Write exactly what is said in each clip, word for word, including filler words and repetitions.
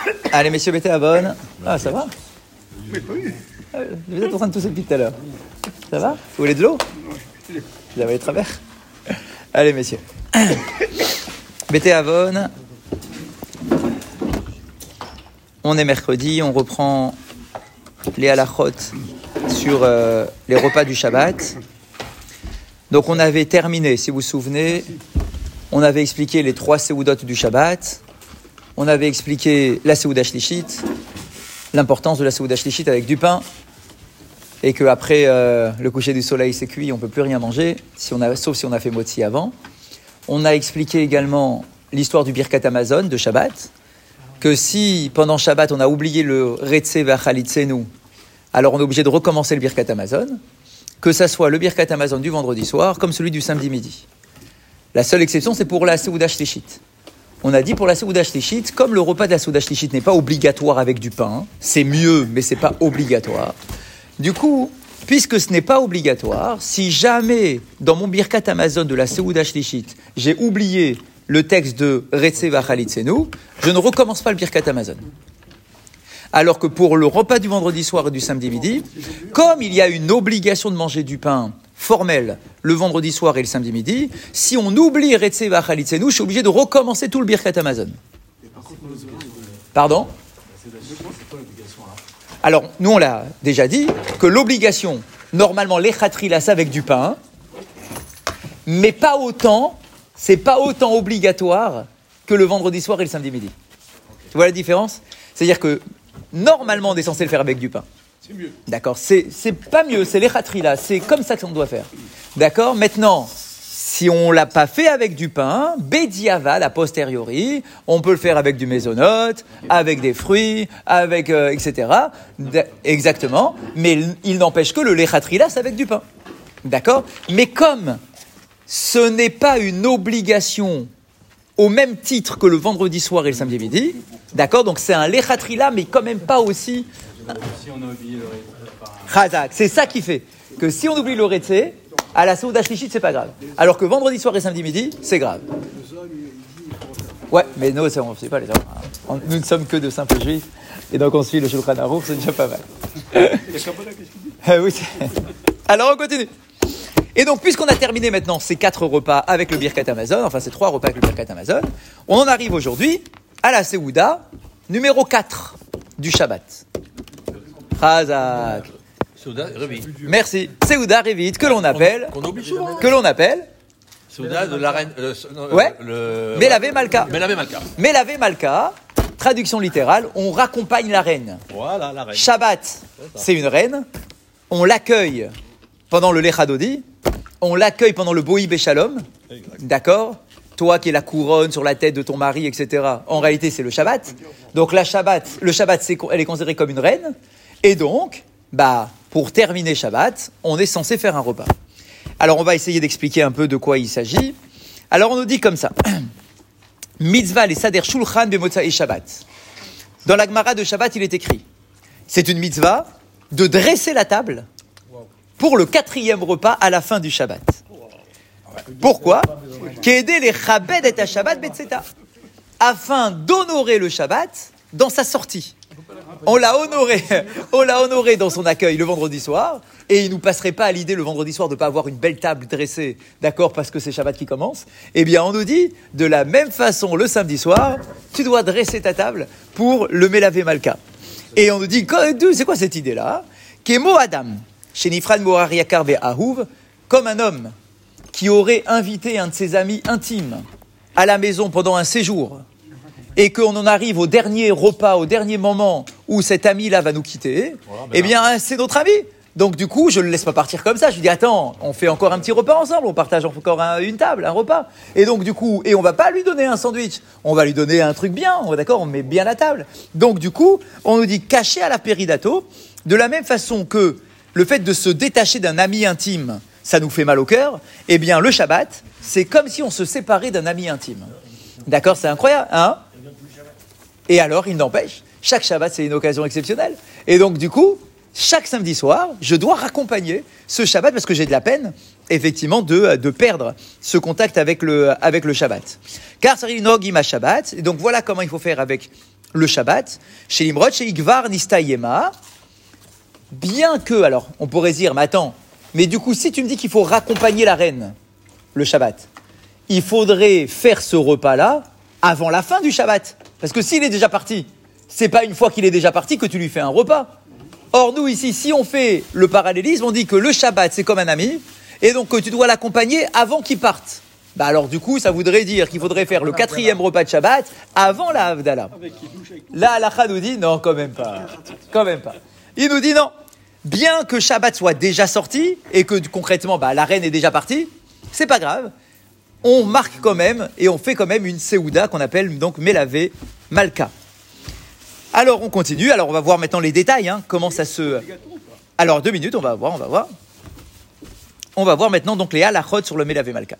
Allez, messieurs, mettez à bonne. Ah, ça va? Vous êtes en train de tousser depuis tout à l'heure. Ça va? Vous voulez de l'eau? Vous avez les travers? Allez, messieurs. Mettez à bonne. On est mercredi, on reprend les halachot sur euh, les repas du Shabbat. Donc on avait terminé, si vous vous souvenez, on avait expliqué les trois séoudot du Shabbat, on avait expliqué la séouda shlichit, l'importance de la séouda shlichit avec du pain, et qu'après euh, le coucher du soleil c'est cuit, on ne peut plus rien manger, si on a, sauf si on a fait motzi avant. On a expliqué également l'histoire du Birkat Hamazon de Shabbat, que si pendant Shabbat on a oublié le Retse V'Achalitzenu, alors on est obligé de recommencer le Birkat Hamazon, que ça soit le Birkat Hamazon du vendredi soir comme celui du samedi midi. La seule exception, c'est pour la Séouda Shlichit. On a dit pour la Séouda Shlichit, comme le repas de la Séouda Shlichit n'est pas obligatoire avec du pain, c'est mieux, mais c'est pas obligatoire. Du coup, puisque ce n'est pas obligatoire, si jamais dans mon Birkat Hamazon de la Séouda Shlichit, j'ai oublié le texte de Retse V'Achalitzenu, je ne recommence pas le Birkat Hamazon. Alors que pour le repas du vendredi soir et du samedi midi, comme il y a une obligation de manger du pain formel le vendredi soir et le samedi midi, si on oublie Retse V'Achalitzenu, je suis obligé de recommencer tout le Birkat Hamazon. Pardon ? Alors, nous on l'a déjà dit, que l'obligation, normalement, l'Echatrilas avec du pain, mais pas autant, c'est pas autant obligatoire que le vendredi soir et le samedi midi. Tu vois la différence ? C'est-à-dire que normalement, on est censé le faire avec du pain. C'est mieux. D'accord, c'est, c'est pas mieux, c'est l'Echatrila, c'est comme ça qu'on doit faire. D'accord, maintenant, si on l'a pas fait avec du pain, Bediavad, a posteriori, on peut le faire avec du mésonote, avec des fruits, avec, euh, et cetera. D- exactement, mais il n'empêche que le Lechatrila, c'est avec du pain. D'accord, mais comme ce n'est pas une obligation au même titre que le vendredi soir et le samedi midi, d'accord, donc c'est un lechatrila, mais quand même pas aussi. Si on a oublié le Chazak, c'est ça qui fait que si on oublie le retse, à la Séouda Shlichit, c'est pas grave. Alors que vendredi soir et samedi midi, c'est grave. Ouais, mais nous, c'est, on ne sait pas les gens. Nous ne sommes que de simples juifs, et donc on suit le Shulchan Aruch, c'est déjà pas mal. Oui, alors on continue. Et donc, puisqu'on a terminé maintenant ces quatre repas avec le Birkat Hamazon, enfin ces trois repas avec le Birkat Hamazon, on en arrive aujourd'hui à la Séouda numéro quatre du Shabbat. Chazak. Séouda Revit. Merci. Séouda Revit, que l'on appelle... Qu'on oublie souvent. Que l'on appelle... Séouda de la reine... Euh, non, ouais. Le... Melavé Malka. Melavé Malka. Melavé Malka, traduction littérale, on raccompagne la reine. Voilà, la reine. Shabbat, c'est une reine. On l'accueille pendant le Lechadodi. On l'accueille pendant le Bohi Beshalom, d'accord ? Toi qui es la couronne sur la tête de ton mari, et cetera. En réalité, c'est le Shabbat. Donc la Shabbat, le Shabbat, c'est, elle est considérée comme une reine. Et donc, bah, pour terminer Shabbat, on est censé faire un repas. Alors on va essayer d'expliquer un peu de quoi il s'agit. Alors on nous dit comme ça. Mitzvah les Sader Shulchan B'Motzai Shabbat. Dans la Gemara de Shabbat, il est écrit. C'est une mitzvah de dresser la table pour le quatrième repas à la fin du Shabbat. Pourquoi ? Qu'aider les chabed et Shabbat betseta, afin d'honorer le Shabbat dans sa sortie. On l'a honoré, on l'a honoré dans son accueil le vendredi soir, et il nous passerait pas à l'idée le vendredi soir de pas avoir une belle table dressée, d'accord, parce que c'est Shabbat qui commence. Eh bien, on nous dit de la même façon le samedi soir, tu dois dresser ta table pour le Melavé Malka. Et on nous dit, c'est quoi cette idée-là ? Kemo Adam. Chez Nifran Morar Yakar Ve'ahuv, comme un homme qui aurait invité un de ses amis intimes à la maison pendant un séjour, et qu'on en arrive au dernier repas, au dernier moment où cet ami-là va nous quitter, voilà, eh bien, là, c'est notre ami. Donc, du coup, je ne le laisse pas partir comme ça. Je lui dis, attends, on fait encore un petit repas ensemble, on partage encore un, une table, un repas. Et donc, du coup, et on va pas lui donner un sandwich, on va lui donner un truc bien, on, d'accord, on met bien la table. Donc, du coup, on nous dit caché à la péridato, de la même façon que le fait de se détacher d'un ami intime, ça nous fait mal au cœur, eh bien, le Shabbat, c'est comme si on se séparait d'un ami intime. D'accord, c'est incroyable, hein ? Et alors, il n'empêche, chaque Shabbat, c'est une occasion exceptionnelle. Et donc, du coup, chaque samedi soir, je dois raccompagner ce Shabbat parce que j'ai de la peine, effectivement, de, de perdre ce contact avec le, avec le Shabbat. Car c'est une ogima Shabbat. Et donc, voilà comment il faut faire avec le Shabbat, chez l'Imrod, chez Igvar, Nista Yema, bien que, alors, on pourrait dire, mais attends, mais du coup, si tu me dis qu'il faut raccompagner la reine, le Shabbat, il faudrait faire ce repas-là avant la fin du Shabbat. Parce que s'il est déjà parti, c'est pas une fois qu'il est déjà parti que tu lui fais un repas. Or, nous, ici, si on fait le parallélisme, on dit que le Shabbat, c'est comme un ami, et donc que tu dois l'accompagner avant qu'il parte. Bah alors, du coup, ça voudrait dire qu'il faudrait faire le quatrième repas de Shabbat avant la Havdalah. Là, l'Acha nous dit, non, quand même pas. Quand même pas. Il nous dit non. Bien que Shabbat soit déjà sorti, et que concrètement, bah, la reine est déjà partie, c'est pas grave. On marque quand même, et on fait quand même une Seouda qu'on appelle donc Melavé Malka. Alors, on continue. Alors, on va voir maintenant les détails, hein, comment ça se... Alors, deux minutes, on va voir, on va voir. On va voir maintenant donc les halachot sur le Melavé Malka.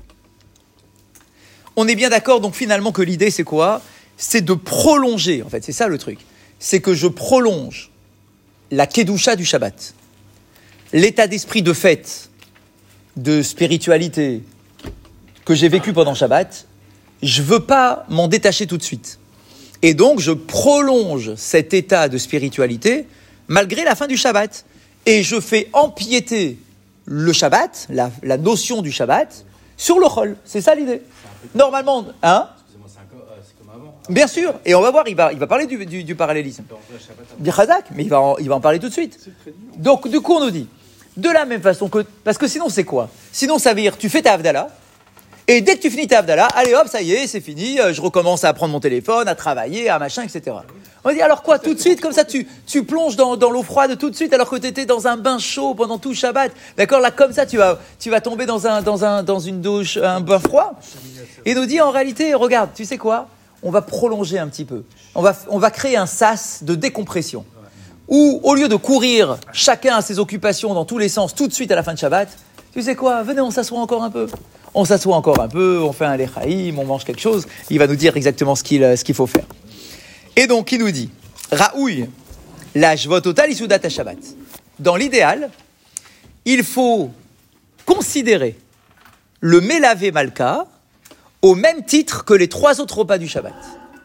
On est bien d'accord, donc finalement, que l'idée, c'est quoi ? C'est de prolonger, en fait, c'est ça le truc. C'est que je prolonge la Kedusha du Shabbat, l'état d'esprit de fête, de spiritualité que j'ai vécu pendant Shabbat, je ne veux pas m'en détacher tout de suite. Et donc, je prolonge cet état de spiritualité malgré la fin du Shabbat. Et je fais empiéter le Shabbat, la, la notion du Shabbat, sur le Chol. C'est ça l'idée. Normalement, hein ? Excusez-moi, c'est, un co- euh, c'est comme avant. Bien sûr. Et on va voir, il va, il va parler du, du, du parallélisme. Bien Chazak, mais il va, en, il va en parler tout de suite. Donc, du coup, on nous dit, de la même façon que... Parce que sinon, c'est quoi ? Sinon, ça veut dire, tu fais ta Havdalah, et dès que tu finis ta Havdalah, allez hop, ça y est, c'est fini, je recommence à prendre mon téléphone, à travailler, à machin, et cetera. On dit, alors quoi, tout de suite, comme ça, tu, tu plonges dans, dans l'eau froide tout de suite, alors que tu étais dans un bain chaud pendant tout Shabbat. D'accord, là, comme ça, tu vas, tu vas tomber dans, un, dans, un, dans une douche, un bain froid. Et nous dit, en réalité, regarde, tu sais quoi ? On va prolonger un petit peu. On va, on va créer un sas de décompression. Où, au lieu de courir chacun à ses occupations dans tous les sens, tout de suite à la fin de Shabbat, tu sais quoi ? Venez, on s'assoit encore un peu. On s'assoit encore un peu, on fait un lechaïm, on mange quelque chose. Il va nous dire exactement ce qu'il, ce qu'il faut faire. Et donc, il nous dit, Raoui, la Shvot total Isudat Shabbat. Dans l'idéal, il faut considérer le Melavé Malka au même titre que les trois autres repas du Shabbat.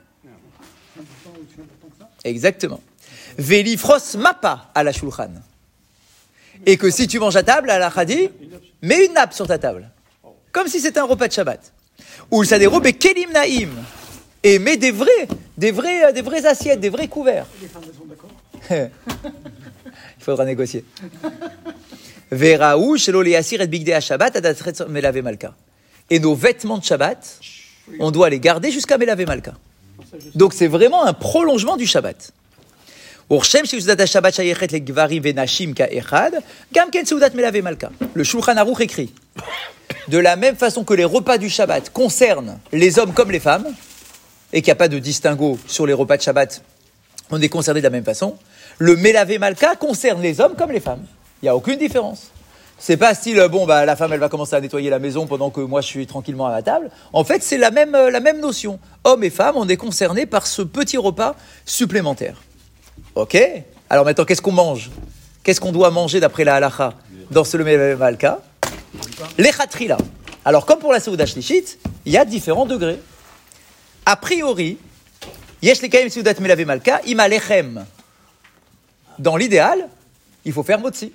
Exactement. Velifros Mappa à la Shulchan. Et que si tu manges à table, à la Khadi, mets une nappe sur ta table. Comme si c'était un repas de Shabbat. Ou le sadero bekelim naïm. Et mets des vrais, des vrais, des vraies assiettes, des vrais couverts. Les femmes sont d'accord. Il faudra négocier. Veraou shelo leasir et bigdei Shabbat adatret melavé malka. Et nos vêtements de Shabbat, on doit les garder jusqu'à melavé malka. Donc c'est vraiment un prolongement du Shabbat. Urshem sheudat Shabbat shayechet le gvarim venashim ka echad, gam ken seudat melavé malka. Le Shulchan Aruch écrit. De la même façon que les repas du Shabbat concernent les hommes comme les femmes, et qu'il n'y a pas de distinguo sur les repas de Shabbat, on est concerné de la même façon, le Melavé Malka concerne les hommes comme les femmes. Il n'y a aucune différence. C'est pas style, bon, bah, la femme, elle va commencer à nettoyer la maison pendant que moi, je suis tranquillement à la table. En fait, c'est la même, la même notion. Hommes et femmes, on est concernés par ce petit repas supplémentaire. Ok ? Alors maintenant, qu'est-ce qu'on mange ? Qu'est-ce qu'on doit manger d'après la halacha dans ce Melavé Malka ? L'echatrila. Alors, comme pour la Seuda Shlishit, il y a différents degrés. A priori, yesh lekaim seudat melavé malka, ima lechem. Dans l'idéal, il faut faire motzi.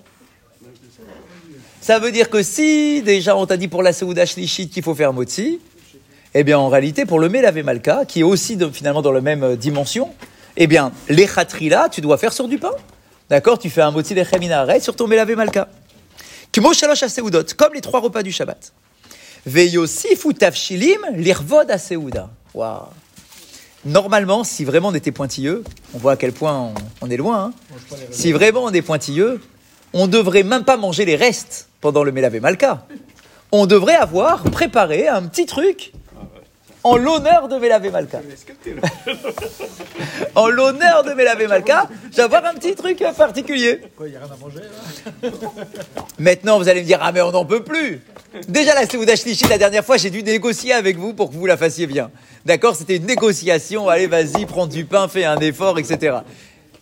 Ça veut dire que si, déjà, on t'a dit pour la Seuda Shlishit qu'il faut faire motzi, eh bien, en réalité, pour le melavé malka, qui est aussi de, finalement dans la même dimension, eh bien, l'echatrila, tu dois faire sur du pain. D'accord ? Tu fais un motzi lechem inaret sur ton melavé malka. Kmo shalosh haseudot, comme les trois repas du Shabbat. Veyosifu tafshilim lirvod haseuda. Waouh. Normalement, si vraiment on était pointilleux, on voit à quel point on, on est loin. Hein. Si vraiment on est pointilleux, on ne devrait même pas manger les restes pendant le Melavé Malka. On devrait avoir préparé un petit truc en l'honneur de Melavé Malka. En l'honneur de Melavé Malka, j'avoir un petit truc particulier. Quoi, il n'y a rien à manger là ? Maintenant, vous allez me dire, ah mais on n'en peut plus. Déjà, la Seuda Shlishit, la dernière fois, j'ai dû négocier avec vous pour que vous la fassiez bien. D'accord ? C'était une négociation. Allez, vas-y, prends du pain, fais un effort, et cetera. D'accord ?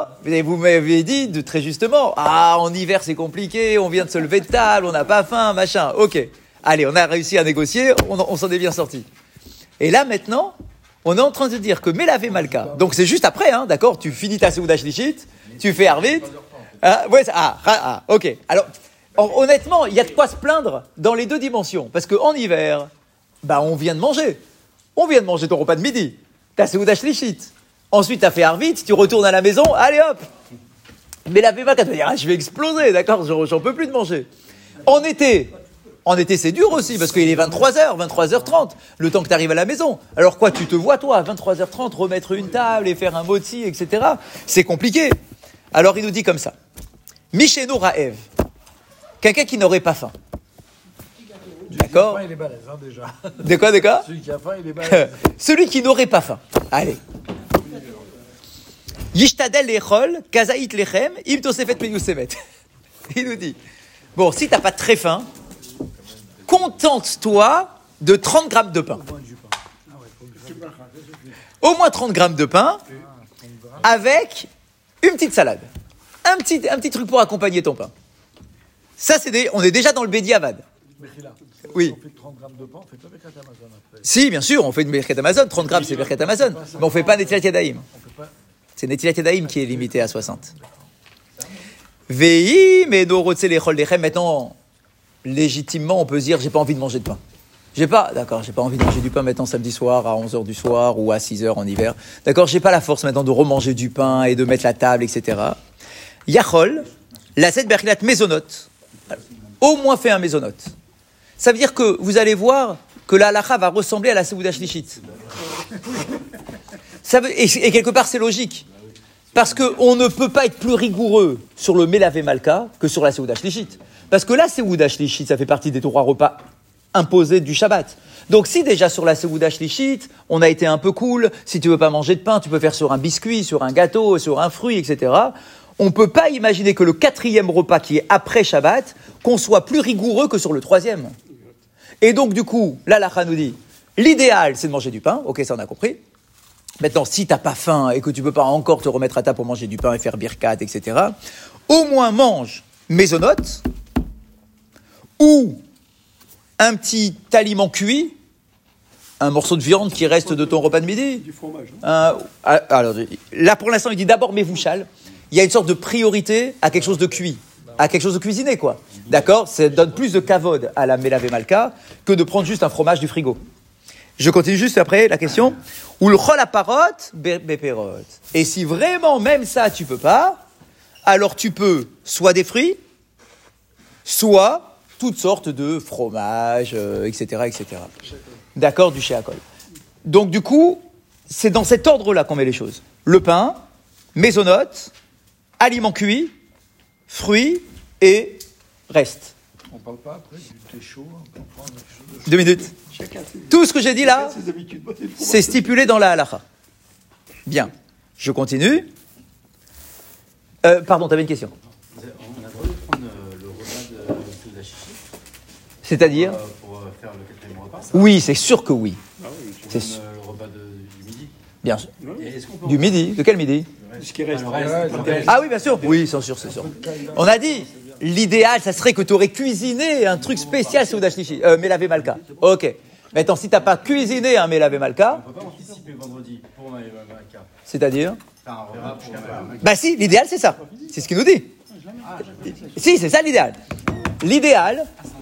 Et vous m'avez dit, de, très justement, ah, en hiver, c'est compliqué, on vient de se lever de table, on n'a pas faim, machin. Ok. Allez, on a réussi à négocier, on, on s'en est bien sorti. Et là, maintenant, On est en train de dire que Melavé Malka, donc c'est juste après, hein, d'accord? Tu finis ta Seuda Shlichit, tu fais Arvit. Ah, ouais, ah, ah, ah, ok. Alors, honnêtement, il y a de quoi se plaindre dans les deux dimensions. Parce qu'en hiver, bah, on vient de manger. On vient de manger ton repas de midi. T'as Seuda Shlichit. Ensuite, t'as fait Arvit, tu retournes à la maison, allez hop! Melavé Malka, tu vas dire, ah, je vais exploser, d'accord? J'en, j'en peux plus de manger. En été, En été, c'est dur aussi, parce qu'il est vingt-trois heures, vingt-trois heures trente, le temps que tu arrives à la maison. Alors quoi, tu te vois, toi, à vingt-trois heures trente, remettre une table et faire un moti, et cetera. C'est compliqué. Alors il nous dit comme ça. Misheno Raev. Quelqu'un qui n'aurait pas faim. D'accord? Celui qui a faim, il est balèze, hein, déjà. De quoi, de quoi? Celui qui a faim, il est balèze. Celui qui n'aurait pas faim. Allez. Yishtadel lechol, kazaït lechem, im tosefet meyusemet. Il nous dit, bon, si t'as pas très faim, contente-toi de trente grammes de pain. Au moins trente grammes de pain, avec une petite salade. Un petit, un petit truc pour accompagner ton pain. Ça, c'est des, on est déjà dans le Bédi Avad. Oui. On fait trente grammes de pain, on fait pas Birkat Amazon après. Si, bien sûr, on fait une Birkat Amazon. trente grammes, c'est Birkat Amazon. Mais on fait pas Netilat Yadayim. C'est Netilat Yadayim qui est limité à soixante. Vei, mais Dorotse lechol lechem. Maintenant, légitimement, on peut se dire, j'ai pas envie de manger de pain. J'ai pas, d'accord, j'ai pas envie de manger du pain maintenant samedi soir à onze heures du soir ou à six heures en hiver. D'accord, j'ai pas la force maintenant de remanger du pain et de mettre la table, et cetera. Yachol, la set berchilat mésonote. Au moins fait un mésonote. Ça veut dire que vous allez voir que la halacha va ressembler à la Seuda Shlichit. Ça veut, et, et quelque part, c'est logique. Parce qu'on ne peut pas être plus rigoureux sur le Melavé Malka que sur la Seuda Shlichit. Parce que la Seuda Shlichit, ça fait partie des trois repas imposés du Shabbat. Donc si déjà sur la Seuda Shlichit, on a été un peu cool, si tu veux pas manger de pain, tu peux faire sur un biscuit, sur un gâteau, sur un fruit, et cetera. On peut pas imaginer que le quatrième repas qui est après Shabbat, qu'on soit plus rigoureux que sur le troisième. Et donc du coup, l'Halacha nous dit, l'idéal c'est de manger du pain, ok ça on a compris. Maintenant, si t'as pas faim et que tu peux pas encore te remettre à table pour manger du pain et faire birkat, et cetera, au moins mange mésonote ou un petit aliment cuit, un morceau de viande qui reste de ton repas de midi. Du fromage. Un, alors, là, pour l'instant, il dit d'abord mévouchal. Il y a une sorte de priorité à quelque chose de cuit, à quelque chose de cuisiné, quoi. D'accord? Ça donne plus de kavod à la Melavé Malka que de prendre juste un fromage du frigo. Je continue juste après la question. Ou le chol aparot, beperot. Et si vraiment, même ça, tu peux pas, alors tu peux soit des fruits, soit toutes sortes de fromages, euh, et cetera, et cetera. D'accord, du shéakol. Donc du coup, c'est dans cet ordre-là qu'on met les choses. Le pain, mésonote, aliments cuits, fruits et reste. On parle pas après du thé chaud, on peut prendre quelque chose de chaud. Deux minutes. Chacun ses, Tout ce que j'ai dit là, ses habitudes. Moi, c'est c'est stipulé dans la halacha. Bien. Je continue. Euh, pardon, tu avais une question. On a le droit de prendre euh, le repas de Seuda Shlichit C'est-à-dire euh, pour euh, faire le quatrième repas. Ça, Oui, c'est sûr que oui. Ah oui, tu C'est comme, sûr. euh, le repas de, du midi. Bien sûr. Et est-ce qu'on peut Du midi. De quel midi vois. Ce qui reste. Le reste, Ouais, le ouais, reste. Ah oui, bien sûr. Oui, c'est sûr, c'est sûr. On a dit, l'idéal, ça serait que tu aurais cuisiné un truc spécial Seuda Shlichit, euh, Melavé Malka. Ok. Maintenant, si tu n'as pas cuisiné un Melavé Malka, On peut pas anticiper vendredi pour ma Malka. c'est-à-dire Faire un repas pour ma Malka. Bah si, l'idéal, c'est ça. C'est ce qu'il nous dit. Si, c'est ça l'idéal. L'idéal,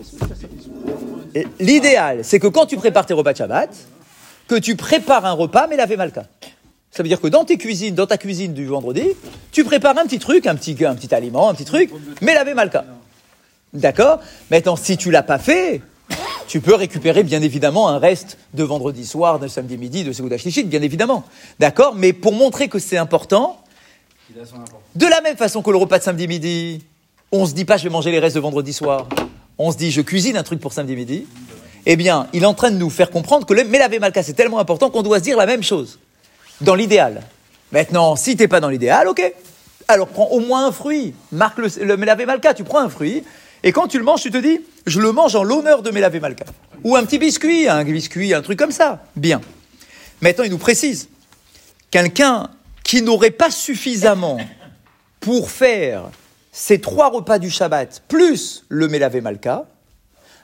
l'idéal, c'est que quand tu prépares tes repas de Shabbat, que tu prépares un repas Melavé Malka. Ça veut dire que dans tes cuisines, dans ta cuisine du vendredi, tu prépares un petit truc, un petit, un petit aliment, un petit truc, Melavé Malka. D'accord? Maintenant, si tu l'as pas fait, tu peux récupérer bien évidemment un reste de vendredi soir, de samedi midi, de Seuda Shlichit, bien évidemment. D'accord? Mais pour montrer que c'est important, Il a son importance. de la même façon que le repas de samedi midi, on se dit pas je vais manger les restes de vendredi soir. On se dit je cuisine un truc pour samedi midi. Eh bien, il est en train de nous faire comprendre que le Melavé Malka c'est tellement important qu'on doit se dire la même chose. Dans l'idéal. Maintenant, si t'es pas dans l'idéal, ok. Alors prends au moins un fruit. Marque le, le Melavé Malka, tu prends un fruit. Et quand tu le manges, tu te dis, je le mange en l'honneur de Melavé Malka. Ou un petit biscuit, un biscuit, un truc comme ça. Bien. Maintenant, il nous précise. Quelqu'un qui n'aurait pas suffisamment pour faire ces trois repas du Shabbat, plus le Melavé Malka,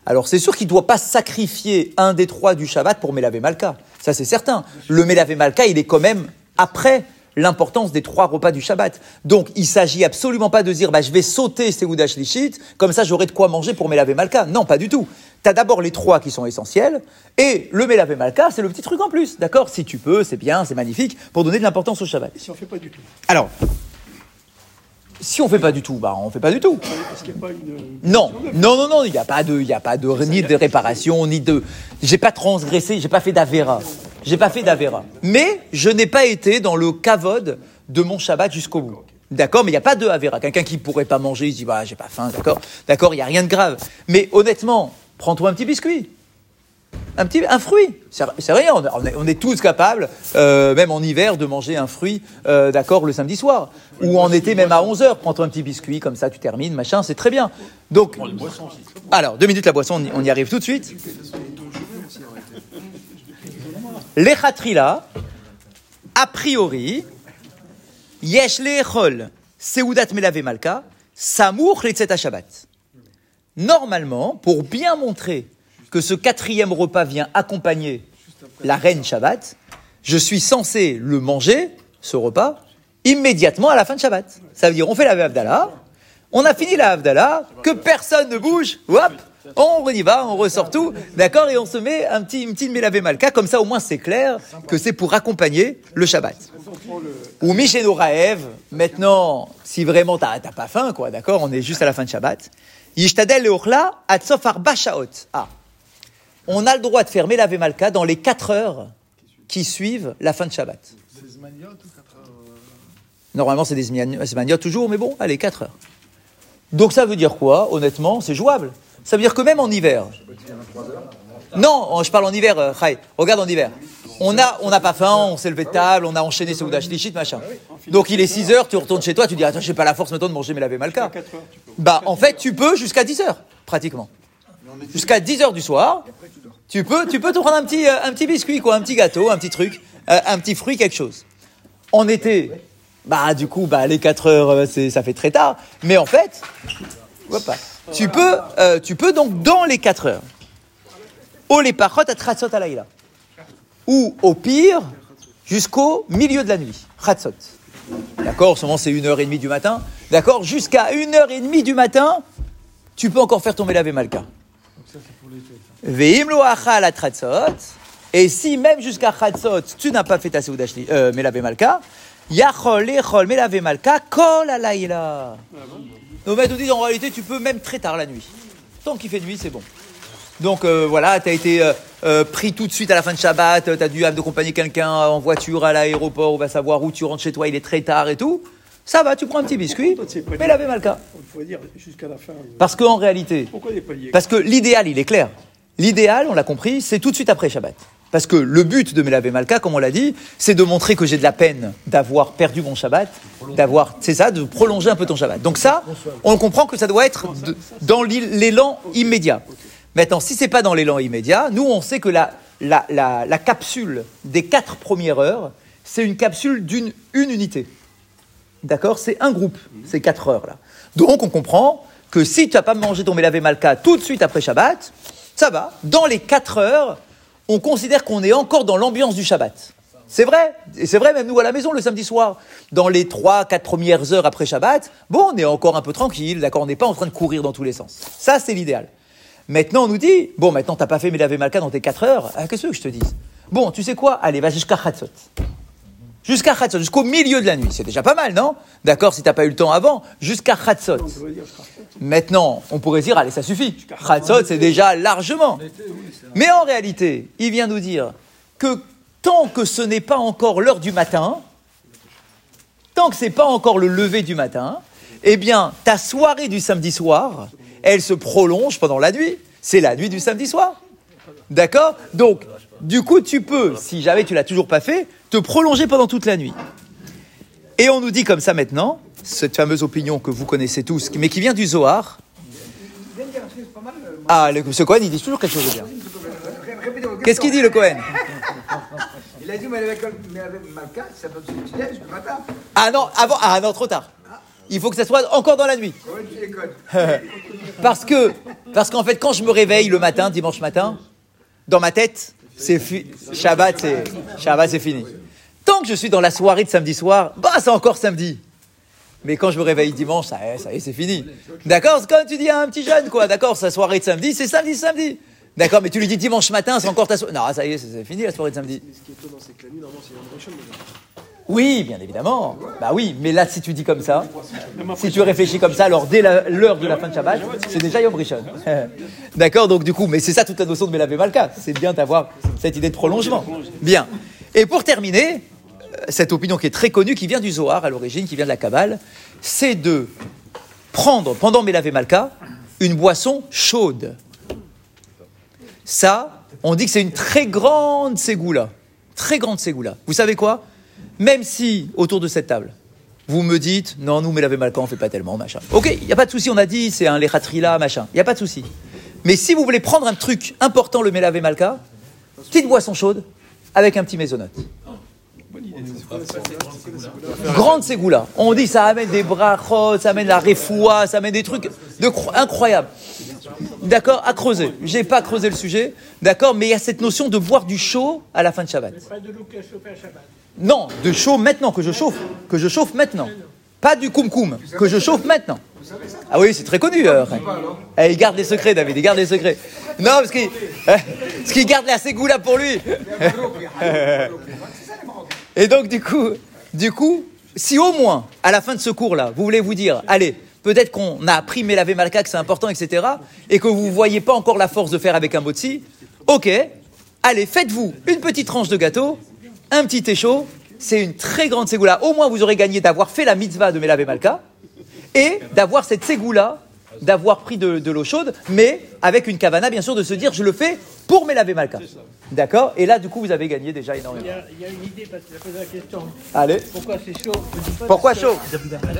alors c'est sûr qu'il ne doit pas sacrifier un des trois du Shabbat pour Melavé Malka. Ça, c'est certain. Le Melavé Malka, il est quand même après l'importance des trois repas du Shabbat. Donc, il ne s'agit absolument pas de dire bah, « je vais sauter Seuda Shlishit, comme ça j'aurai de quoi manger pour Melavé Malka ». Non, pas du tout. Tu as d'abord les trois qui sont essentiels, et le Melavé Malka, c'est le petit truc en plus. D'accord ? Si tu peux, c'est bien, c'est magnifique, pour donner de l'importance au Shabbat. Et si on ne fait pas du tout? Alors, si on ne fait pas du tout, bah on ne fait pas du tout. Parce qu'il n'y a pas une... Non, non, non, non, il n'y a pas de, il y a pas de, ni de réparation, ni de, j'ai pas transgressé, j'ai pas fait d'avéra, j'ai pas fait d'avéra. Mais je n'ai pas été dans le kavod de mon Shabbat jusqu'au bout. D'accord, mais il n'y a pas de avéra. Quelqu'un qui pourrait pas manger, il se dit, bah, j'ai pas faim, d'accord, d'accord, il n'y a rien de grave. Mais honnêtement, prends-toi un petit biscuit. Un petit, un fruit, c'est, c'est rien, on est, on est tous capables, euh, même en hiver, de manger un fruit, euh, d'accord, le samedi soir. Ou en été, même à onze heures, prends-toi un petit biscuit, comme ça tu termines, machin, c'est très bien. Donc, alors, deux minutes la boisson, on y, on y arrive tout de suite. L'echatrila, a priori, yesh le'echol, seudat melavé malka, samour letzet Shabbat. Normalement, pour bien montrer que ce quatrième repas vient accompagner la reine Shabbat, je suis censé le manger, ce repas, immédiatement à la fin de Shabbat. Ça veut dire, on fait la Havdalah, on a fini la Havdalah, que personne ne bouge, hop, on y va, on ressort tout, d'accord, et on se met un petit, une petite Melavé Malka, comme ça au moins c'est clair que c'est pour accompagner le Shabbat. Ou Misheno Raev, maintenant, si vraiment t'as, t'as pas faim, quoi, d'accord, on est juste à la fin de Shabbat, Yishtadel Leochla, Atsof Arba Shaot. Ah. On a le droit de faire Melavé Malka dans les quatre heures qui suivent la fin de Shabbat. C'est Zmaniot ou quatre heures euh... Normalement, c'est des Zmaniot toujours, mais bon, allez, quatre heures. Donc ça veut dire quoi? Honnêtement, c'est jouable. Ça veut dire que même en hiver... Non, je parle en hiver, euh, Chai. Regarde en hiver. On a, on n'a pas faim, on s'est levé de table, on a enchaîné Seuda Shlishit, machin. Donc il est six heures, tu retournes chez toi, tu dis, attends, j'ai pas la force maintenant de manger Melavé Malka. Bah, en fait, tu peux jusqu'à dix heures, pratiquement. Jusqu'à dix heures du soir, tu peux, tu peux te prendre un petit, euh, un petit biscuit, quoi, un petit gâteau, un petit truc, euh, un petit fruit, quelque chose. En été, bah, du coup, bah, les quatre heures, c'est, ça fait très tard. Mais en fait, hop, tu peux, euh, tu peux donc dans les quatre heures, au les parot à Tratzot alayla, ou au pire, jusqu'au milieu de la nuit, Tratzot. D'accord, souvent c'est une heure et demie du matin. D'accord, jusqu'à une heure et demie du matin, tu peux encore faire ton Melavé Malka. Ve'im lo achal à Tratzot, et si même jusqu'à Tratzot, tu n'as pas fait ta Seuda euh, Melavé Malka, yachol echol Melavé Malka kol alayla. Donc on dit en réalité, tu peux même très tard la nuit. Tant qu'il fait nuit, c'est bon. Donc euh, voilà, tu as été euh, euh, pris tout de suite à la fin de Shabbat, tu as dû accompagner quelqu'un en voiture à l'aéroport, on va savoir où tu rentres chez toi, il est très tard et tout. Ça va, tu prends un petit biscuit, mais Melavé Malka. On pourrait dire jusqu'à la fin. Euh... Parce qu'en réalité, pourquoi il n'est pas lié? Parce que l'idéal, il est clair. L'idéal, on l'a compris, c'est tout de suite après Shabbat. Parce que le but de Melavé Malka, comme on l'a dit, c'est de montrer que j'ai de la peine d'avoir perdu mon Shabbat, d'avoir, c'est ça, de prolonger un peu ton Shabbat. Donc ça, on comprend que ça doit être de, dans l'élan immédiat. Maintenant, si c'est pas dans l'élan immédiat, nous, on sait que la, la, la, la capsule des quatre premières heures, c'est une capsule d'une une unité. D'accord? C'est un groupe, ces quatre heures-là. Donc, on comprend que si tu n'as pas mangé ton Melavé Malka tout de suite après Shabbat, ça va. Dans les quatre heures, on considère qu'on est encore dans l'ambiance du Shabbat. C'est vrai. Et c'est vrai, même nous à la maison, le samedi soir. Dans les trois, quatre premières heures après Shabbat, bon, on est encore un peu tranquille, d'accord? On n'est pas en train de courir dans tous les sens. Ça, c'est l'idéal. Maintenant, on nous dit, bon, maintenant, tu n'as pas fait Melavé Malka dans tes quatre heures. Ah, qu'est-ce que je te dise? Bon, tu sais quoi? Allez, va jusqu'à Chatzot. Jusqu'à Chatzot, jusqu'au milieu de la nuit. C'est déjà pas mal, non? D'accord, si tu n'as pas eu le temps avant, jusqu'à Chatzot. Maintenant, on pourrait dire, allez, ça suffit. Chatzot, c'est déjà largement. Mais en réalité, il vient nous dire que tant que ce n'est pas encore l'heure du matin, tant que ce n'est pas encore le lever du matin, eh bien, ta soirée du samedi soir, elle se prolonge pendant la nuit. C'est la nuit du samedi soir. D'accord? Donc, du coup, tu peux, si jamais tu l'as toujours pas fait, te prolonger pendant toute la nuit. Et on nous dit comme ça maintenant, cette fameuse opinion que vous connaissez tous, mais qui vient du Zohar. Ah, le, ce Cohen, il dit toujours quelque chose de bien. Qu'est-ce qu'il dit, le Cohen? Il a dit Melavé Malka, ça peut se utiliser jusqu'au matin. Ah non, avant, ah non, trop tard. il faut que ça soit encore dans la nuit. Parce que, parce qu'en fait, quand je me réveille le matin, dimanche matin, dans ma tête, c'est fi- Shabbat, c'est Shabbat, c'est fini. Tant que je suis dans la soirée de samedi soir, bah, c'est encore samedi. Mais quand je me réveille dimanche, ça y est, ça y est, c'est fini. D'accord? C'est comme tu dis à un petit jeune, quoi. D'accord? Sa soirée de samedi, c'est samedi, samedi. D'accord? Mais tu lui dis dimanche matin, c'est encore ta soirée. Non, ça y est, c'est, c'est fini la soirée de samedi. Mais ce qui est étonnant, c'est que la nuit, normalement, c'est Yom Rishon, déjà. Oui, bien évidemment. Bah oui, mais là, si tu dis comme ça, si tu réfléchis comme ça, alors dès la- l'heure de la fin de Shabbat, c'est déjà Yom Rishon. D'accord? Donc du coup, mais c'est ça toute la notion de Melavé Malka. C'est bien d'avoir cette idée de prolongement. Bien. Et pour terminer, cette opinion qui est très connue, qui vient du Zohar à l'origine, qui vient de la Kabbale, c'est de prendre, pendant Melavé Malka, une boisson chaude. Ça, on dit que c'est une très grande ségoula. Très grande ségoula. Vous savez quoi? Même si, autour de cette table, vous me dites, non, nous, Melavé Malka, on fait pas tellement, machin. Ok, il n'y a pas de souci, on a dit, c'est un lechatrila, machin. Il n'y a pas de souci. Mais si vous voulez prendre un truc important, le Melavé Malka, petite boisson chaude, avec un petit mésonote. Grande ségoula. On dit, ça amène des brachot, ça amène la refoua, ça amène des trucs de cro- incroyables. D'accord, à creuser. J'ai pas creusé le sujet, d'accord, mais il y a cette notion de boire du chaud à la fin de Shabbat. Pas de l'eau qui a chauffé à Shabbat. Non, de chaud maintenant, que je chauffe. Que je chauffe maintenant. Pas du koum-koum, que je chauffe maintenant. Ah oui, c'est très connu. Euh, eh, il garde les secrets, David, il garde les secrets. Non, parce qu'il, euh, parce qu'il garde la ségoula pour lui. Et donc, du coup, du coup, si au moins, à la fin de ce cours-là, vous voulez vous dire, allez, peut-être qu'on a appris Melavé Malka, que c'est important, et cetera, et que vous ne voyez pas encore la force de faire avec un motzi, ok, allez, faites-vous une petite tranche de gâteau, un petit thé chaud, c'est une très grande ségoula. Au moins, vous aurez gagné d'avoir fait la mitzvah de Melavé Malka et d'avoir cette ségoula, d'avoir pris de, de l'eau chaude, mais avec une kavana, bien sûr, de se dire, je le fais pour Melavé Malka. D'accord? Et là, du coup, vous avez gagné déjà Il énormément. y a, il y a une idée parce qu'il a posé la question. Allez. Pourquoi c'est chaud? Je dis pas Pourquoi que- chaud?